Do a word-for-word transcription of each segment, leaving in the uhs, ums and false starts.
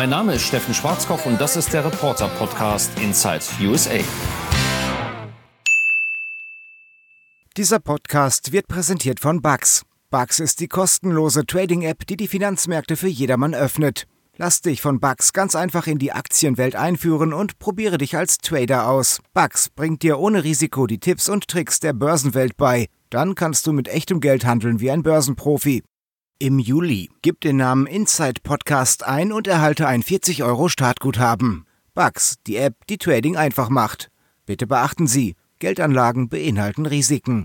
Mein Name ist Steffen Schwarzkopf und das ist der Reporter-Podcast Inside U S A. Dieser Podcast wird präsentiert von Bucks. Bucks ist die kostenlose Trading-App, die die Finanzmärkte für jedermann öffnet. Lass dich von Bucks ganz einfach in die Aktienwelt einführen und probiere dich als Trader aus. Bucks bringt dir ohne Risiko die Tipps und Tricks der Börsenwelt bei. Dann kannst du mit echtem Geld handeln wie ein Börsenprofi. Im Juli. Gib den Namen Inside Podcast ein und erhalte ein vierzig Euro Startguthaben. Bucks, die App, die Trading einfach macht. Bitte beachten Sie, Geldanlagen beinhalten Risiken.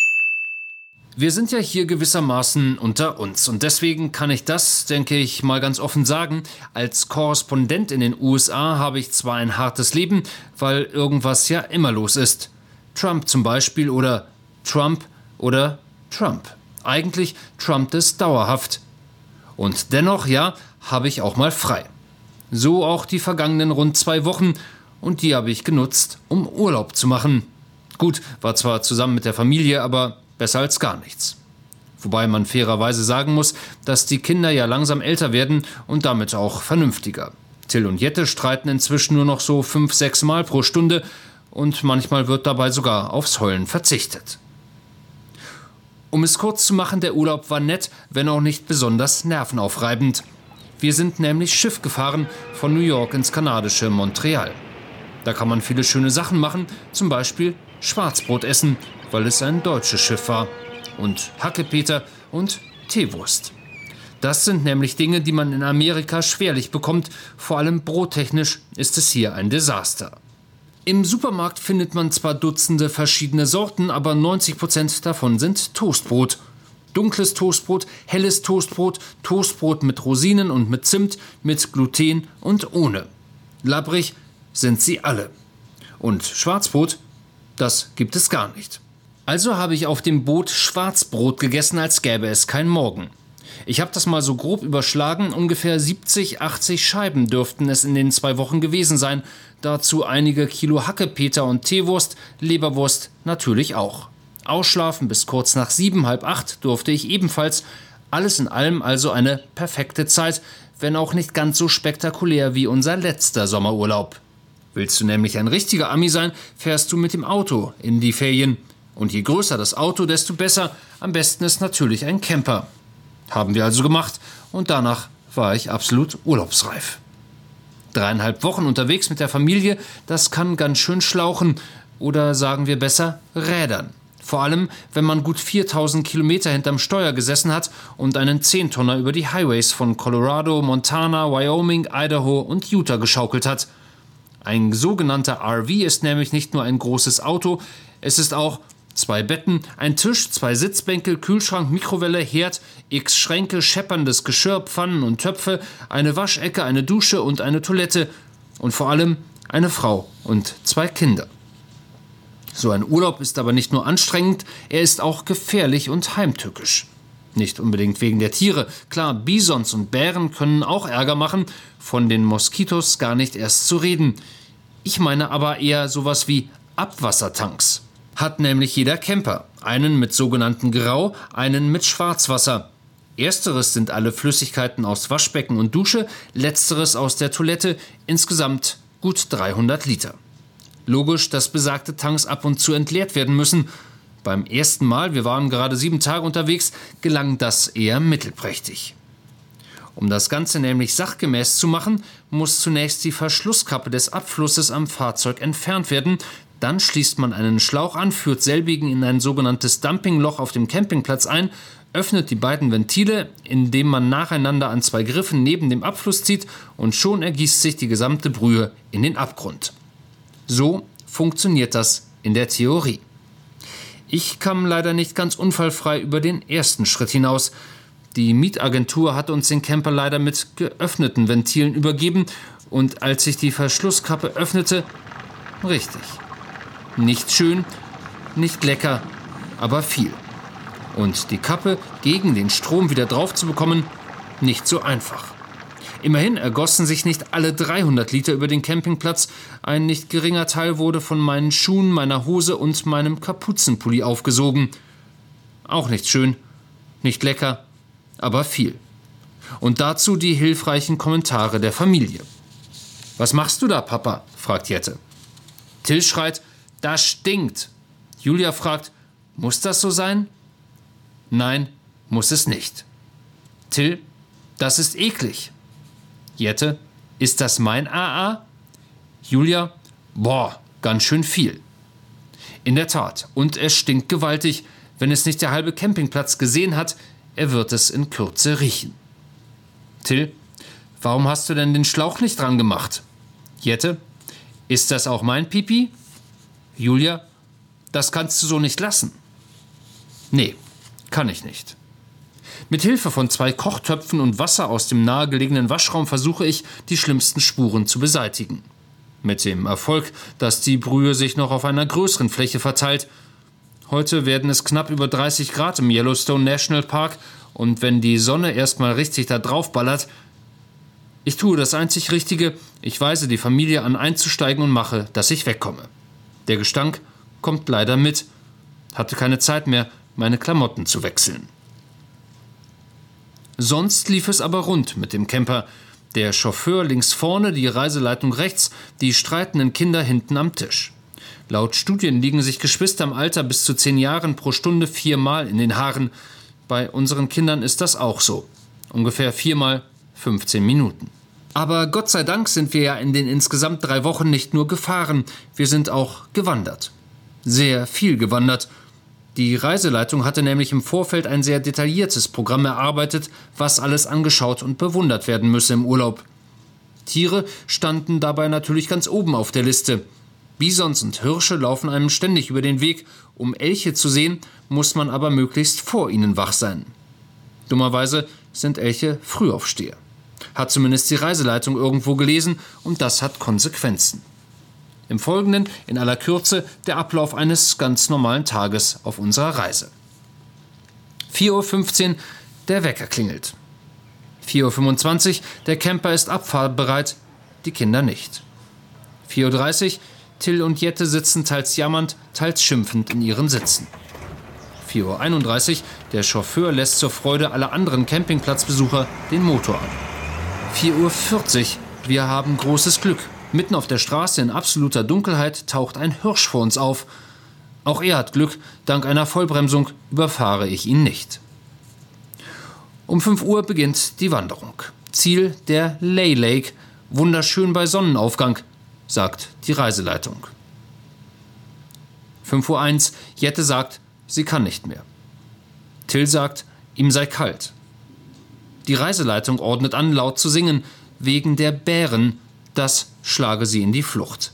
Wir sind ja hier gewissermaßen unter uns und deswegen kann ich das, denke ich, mal ganz offen sagen. Als Korrespondent in den U S A habe ich zwar ein hartes Leben, weil irgendwas ja immer los ist. Trump zum Beispiel oder Trump oder Trump. Eigentlich trumpt es dauerhaft. Und dennoch, ja, habe ich auch mal frei. So auch die vergangenen rund zwei Wochen und die habe ich genutzt, um Urlaub zu machen. Gut, war zwar zusammen mit der Familie, aber besser als gar nichts. Wobei man fairerweise sagen muss, dass die Kinder ja langsam älter werden und damit auch vernünftiger. Till und Jette streiten inzwischen nur noch so fünf, sechs Mal pro Stunde und manchmal wird dabei sogar aufs Heulen verzichtet. Um es kurz zu machen, der Urlaub war nett, wenn auch nicht besonders nervenaufreibend. Wir sind nämlich Schiff gefahren von New York ins kanadische Montreal. Da kann man viele schöne Sachen machen, zum Beispiel Schwarzbrot essen, weil es ein deutsches Schiff war. Und Hackepeter und Teewurst. Das sind nämlich Dinge, die man in Amerika schwerlich bekommt. Vor allem brottechnisch ist es hier ein Desaster. Im Supermarkt findet man zwar Dutzende verschiedene Sorten, aber neunzig Prozent davon sind Toastbrot. Dunkles Toastbrot, helles Toastbrot, Toastbrot mit Rosinen und mit Zimt, mit Gluten und ohne. Labbrig sind sie alle. Und Schwarzbrot, das gibt es gar nicht. Also habe ich auf dem Boot Schwarzbrot gegessen, als gäbe es kein Morgen. Ich habe das mal so grob überschlagen, ungefähr siebzig, achtzig Scheiben dürften es in den zwei Wochen gewesen sein. Dazu einige Kilo Hackepeter und Teewurst, Leberwurst natürlich auch. Ausschlafen bis kurz nach sieben, halb acht durfte ich ebenfalls. Alles in allem also eine perfekte Zeit, wenn auch nicht ganz so spektakulär wie unser letzter Sommerurlaub. Willst du nämlich ein richtiger Ami sein, fährst du mit dem Auto in die Ferien. Und je größer das Auto, desto besser. Am besten ist natürlich ein Camper. Haben wir also gemacht und danach war ich absolut urlaubsreif. Dreieinhalb Wochen unterwegs mit der Familie, das kann ganz schön schlauchen oder sagen wir besser rädern. Vor allem, wenn man gut viertausend Kilometer hinterm Steuer gesessen hat und einen Zehntonner über die Highways von Colorado, Montana, Wyoming, Idaho und Utah geschaukelt hat. Ein sogenannter R V ist nämlich nicht nur ein großes Auto, es ist auch zwei Betten, ein Tisch, zwei Sitzbänke, Kühlschrank, Mikrowelle, Herd, x Schränke, schepperndes Geschirr, Pfannen und Töpfe, eine Waschecke, eine Dusche und eine Toilette und vor allem eine Frau und zwei Kinder. So ein Urlaub ist aber nicht nur anstrengend, er ist auch gefährlich und heimtückisch. Nicht unbedingt wegen der Tiere. Klar, Bisons und Bären können auch Ärger machen, von den Moskitos gar nicht erst zu reden. Ich meine aber eher sowas wie Abwassertanks. Hat nämlich jeder Camper. Einen mit sogenannten Grau, einen mit Schwarzwasser. Ersteres sind alle Flüssigkeiten aus Waschbecken und Dusche, letzteres aus der Toilette, insgesamt gut dreihundert Liter. Logisch, dass besagte Tanks ab und zu entleert werden müssen. Beim ersten Mal, wir waren gerade sieben Tage unterwegs, gelang das eher mittelprächtig. Um das Ganze nämlich sachgemäß zu machen, muss zunächst die Verschlusskappe des Abflusses am Fahrzeug entfernt werden. Dann schließt man einen Schlauch an, führt selbigen in ein sogenanntes Dumpingloch auf dem Campingplatz ein, öffnet die beiden Ventile, indem man nacheinander an zwei Griffen neben dem Abfluss zieht und schon ergießt sich die gesamte Brühe in den Abgrund. So funktioniert das in der Theorie. Ich kam leider nicht ganz unfallfrei über den ersten Schritt hinaus. Die Mietagentur hat uns den Camper leider mit geöffneten Ventilen übergeben und als ich die Verschlusskappe öffnete, richtig. Nicht schön, nicht lecker, aber viel. Und die Kappe gegen den Strom wieder drauf zu bekommen, nicht so einfach. Immerhin ergossen sich nicht alle dreihundert Liter über den Campingplatz. Ein nicht geringer Teil wurde von meinen Schuhen, meiner Hose und meinem Kapuzenpulli aufgesogen. Auch nicht schön, nicht lecker, aber viel. Und dazu die hilfreichen Kommentare der Familie. »Was machst du da, Papa?« fragt Jette. Till schreit, »Das stinkt!« Julia fragt, »Muss das so sein?« »Nein, muss es nicht.« Till, »Das ist eklig.« Jette, »Ist das mein A A?« Julia, »Boah, ganz schön viel.« In der Tat, und es stinkt gewaltig. Wenn es nicht der halbe Campingplatz gesehen hat, er wird es in Kürze riechen. Till, »Warum hast du denn den Schlauch nicht dran gemacht?« Jette, »Ist das auch mein Pipi?« Julia, »Das kannst du so nicht lassen.« Nee, kann ich nicht. Mit Hilfe von zwei Kochtöpfen und Wasser aus dem nahegelegenen Waschraum versuche ich, die schlimmsten Spuren zu beseitigen. Mit dem Erfolg, dass die Brühe sich noch auf einer größeren Fläche verteilt. Heute werden es knapp über dreißig Grad im Yellowstone National Park und wenn die Sonne erstmal richtig da drauf ballert. Ich tue das einzig Richtige, ich weise die Familie an einzusteigen und mache, dass ich wegkomme. Der Gestank kommt leider mit. Hatte keine Zeit mehr, meine Klamotten zu wechseln. Sonst lief es aber rund mit dem Camper. Der Chauffeur links vorne, die Reiseleitung rechts, die streitenden Kinder hinten am Tisch. Laut Studien liegen sich Geschwister im Alter bis zu zehn Jahren pro Stunde viermal in den Haaren. Bei unseren Kindern ist das auch so. Ungefähr viermal fünfzehn Minuten. Aber Gott sei Dank sind wir ja in den insgesamt drei Wochen nicht nur gefahren, wir sind auch gewandert. Sehr viel gewandert. Die Reiseleitung hatte nämlich im Vorfeld ein sehr detailliertes Programm erarbeitet, was alles angeschaut und bewundert werden müsse im Urlaub. Tiere standen dabei natürlich ganz oben auf der Liste. Bisons und Hirsche laufen einem ständig über den Weg. Um Elche zu sehen, muss man aber möglichst vor ihnen wach sein. Dummerweise sind Elche Frühaufsteher. Hat zumindest die Reiseleitung irgendwo gelesen und das hat Konsequenzen. Im Folgenden, in aller Kürze, der Ablauf eines ganz normalen Tages auf unserer Reise. vier Uhr fünfzehn, der Wecker klingelt. vier Uhr fünfundzwanzig, der Camper ist abfahrbereit, die Kinder nicht. vier Uhr dreißig, Till und Jette sitzen teils jammernd, teils schimpfend in ihren Sitzen. vier Uhr einunddreißig, der Chauffeur lässt zur Freude aller anderen Campingplatzbesucher den Motor an. vier Uhr vierzig, wir haben großes Glück. Mitten auf der Straße in absoluter Dunkelheit taucht ein Hirsch vor uns auf. Auch er hat Glück, dank einer Vollbremsung überfahre ich ihn nicht. Um fünf Uhr beginnt die Wanderung. Ziel der Lay Lake, wunderschön bei Sonnenaufgang, sagt die Reiseleitung. fünf Uhr eins, Jette sagt, sie kann nicht mehr. Till sagt, ihm sei kalt. Die Reiseleitung ordnet an, laut zu singen, wegen der Bären, das schlage sie in die Flucht.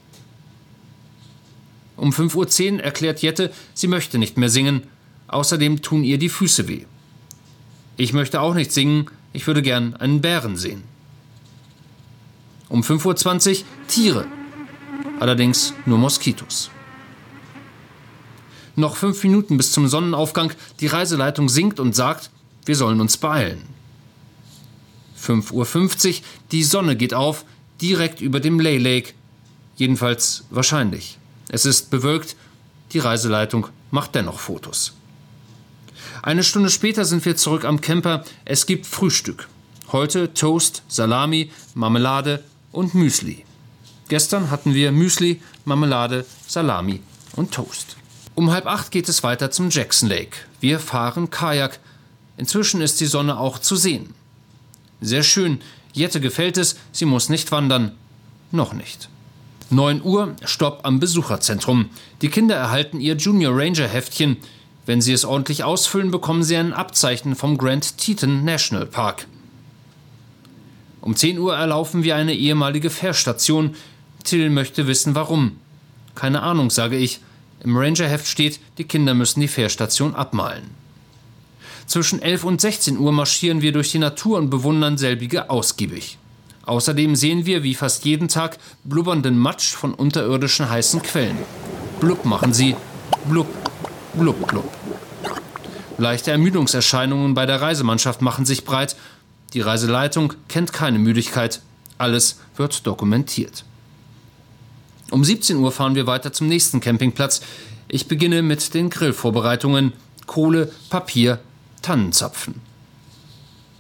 Um fünf Uhr zehn erklärt Jette, sie möchte nicht mehr singen, außerdem tun ihr die Füße weh. Ich möchte auch nicht singen, ich würde gern einen Bären sehen. Um fünf Uhr zwanzig Tiere, allerdings nur Moskitos. Noch fünf Minuten bis zum Sonnenaufgang, die Reiseleitung singt und sagt, wir sollen uns beeilen. fünf Uhr fünfzig, die Sonne geht auf, direkt über dem Lay Lake. Jedenfalls wahrscheinlich. Es ist bewölkt, die Reiseleitung macht dennoch Fotos. Eine Stunde später sind wir zurück am Camper. Es gibt Frühstück. Heute Toast, Salami, Marmelade und Müsli. Gestern hatten wir Müsli, Marmelade, Salami und Toast. Um halb acht geht es weiter zum Jackson Lake. Wir fahren Kajak. Inzwischen ist die Sonne auch zu sehen. Sehr schön. Jette gefällt es, sie muss nicht wandern. Noch nicht. neun Uhr, Stopp am Besucherzentrum. Die Kinder erhalten ihr Junior Ranger Heftchen. Wenn sie es ordentlich ausfüllen, bekommen sie ein Abzeichen vom Grand Teton National Park. Um zehn Uhr erlaufen wir eine ehemalige Fährstation. Till möchte wissen, warum. Keine Ahnung, sage ich. Im Rangerheft steht, die Kinder müssen die Fährstation abmalen. Zwischen elf und sechzehn Uhr marschieren wir durch die Natur und bewundern selbige ausgiebig. Außerdem sehen wir, wie fast jeden Tag, blubbernden Matsch von unterirdischen heißen Quellen. Blub machen sie, blub, blub, blub. Leichte Ermüdungserscheinungen bei der Reisemannschaft machen sich breit. Die Reiseleitung kennt keine Müdigkeit. Alles wird dokumentiert. Um siebzehn Uhr fahren wir weiter zum nächsten Campingplatz. Ich beginne mit den Grillvorbereitungen. Kohle, Papier, Tannenzapfen.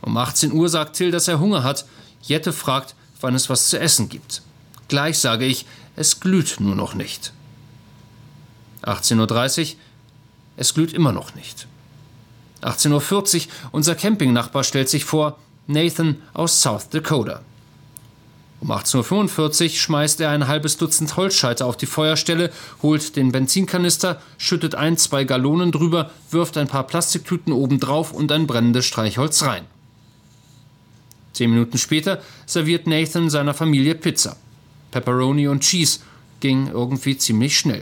Um achtzehn Uhr sagt Till, dass er Hunger hat. Jette fragt, wann es was zu essen gibt. Gleich sage ich, es glüht nur noch nicht. achtzehn Uhr dreißig, es glüht immer noch nicht. achtzehn Uhr vierzig, unser Campingnachbar stellt sich vor, Nathan aus South Dakota. Um achtzehn Uhr fünfundvierzig schmeißt er ein halbes Dutzend Holzscheite auf die Feuerstelle, holt den Benzinkanister, schüttet ein, zwei Gallonen drüber, wirft ein paar Plastiktüten oben drauf und ein brennendes Streichholz rein. Zehn Minuten später serviert Nathan seiner Familie Pizza. Pepperoni und Cheese ging irgendwie ziemlich schnell.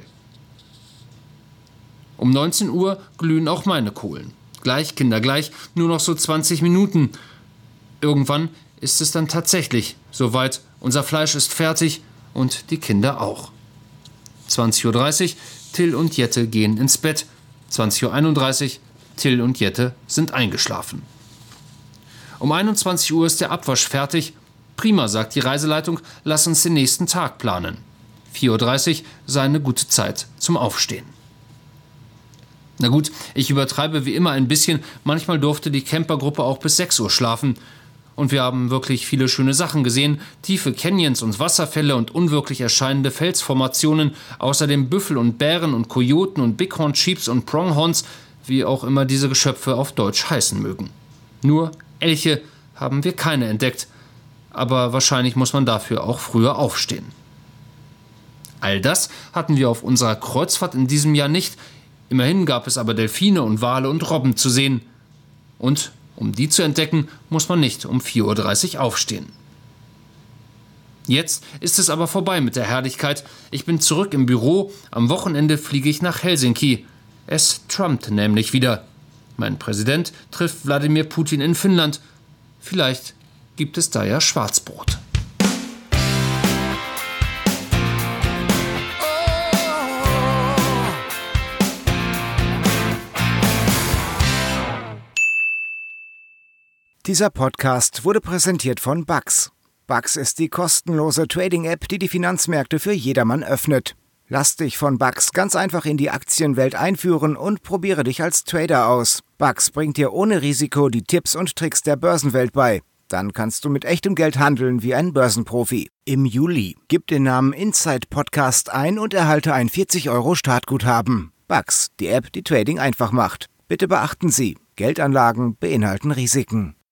Um neunzehn Uhr glühen auch meine Kohlen. Gleich, Kinder, gleich, nur noch so zwanzig Minuten. Irgendwann ist es dann tatsächlich soweit. Unser Fleisch ist fertig und die Kinder auch. zwanzig Uhr dreißig, Till und Jette gehen ins Bett. zwanzig Uhr einunddreißig, Till und Jette sind eingeschlafen. Um einundzwanzig Uhr ist der Abwasch fertig. Prima, sagt die Reiseleitung, lass uns den nächsten Tag planen. vier Uhr dreißig sei eine gute Zeit zum Aufstehen. Na gut, ich übertreibe wie immer ein bisschen. Manchmal durfte die Campergruppe auch bis sechs Uhr schlafen. Und wir haben wirklich viele schöne Sachen gesehen. Tiefe Canyons und Wasserfälle und unwirklich erscheinende Felsformationen. Außerdem Büffel und Bären und Kojoten und Bighorn Sheeps und Pronghorns, wie auch immer diese Geschöpfe auf Deutsch heißen mögen. Nur Elche haben wir keine entdeckt. Aber wahrscheinlich muss man dafür auch früher aufstehen. All das hatten wir auf unserer Kreuzfahrt in diesem Jahr nicht. Immerhin gab es aber Delfine und Wale und Robben zu sehen. Und um die zu entdecken, muss man nicht um vier Uhr dreißig aufstehen. Jetzt ist es aber vorbei mit der Herrlichkeit. Ich bin zurück im Büro. Am Wochenende fliege ich nach Helsinki. Es trumpt nämlich wieder. Mein Präsident trifft Wladimir Putin in Finnland. Vielleicht gibt es da ja Schwarzbrot. Dieser Podcast wurde präsentiert von Bax. Bax ist die kostenlose Trading-App, die die Finanzmärkte für jedermann öffnet. Lass dich von Bax ganz einfach in die Aktienwelt einführen und probiere dich als Trader aus. Bax bringt dir ohne Risiko die Tipps und Tricks der Börsenwelt bei. Dann kannst du mit echtem Geld handeln wie ein Börsenprofi. Im Juli gib den Namen Inside Podcast ein und erhalte ein vierzig Euro Startguthaben. Bax, die App, die Trading einfach macht. Bitte beachten Sie, Geldanlagen beinhalten Risiken.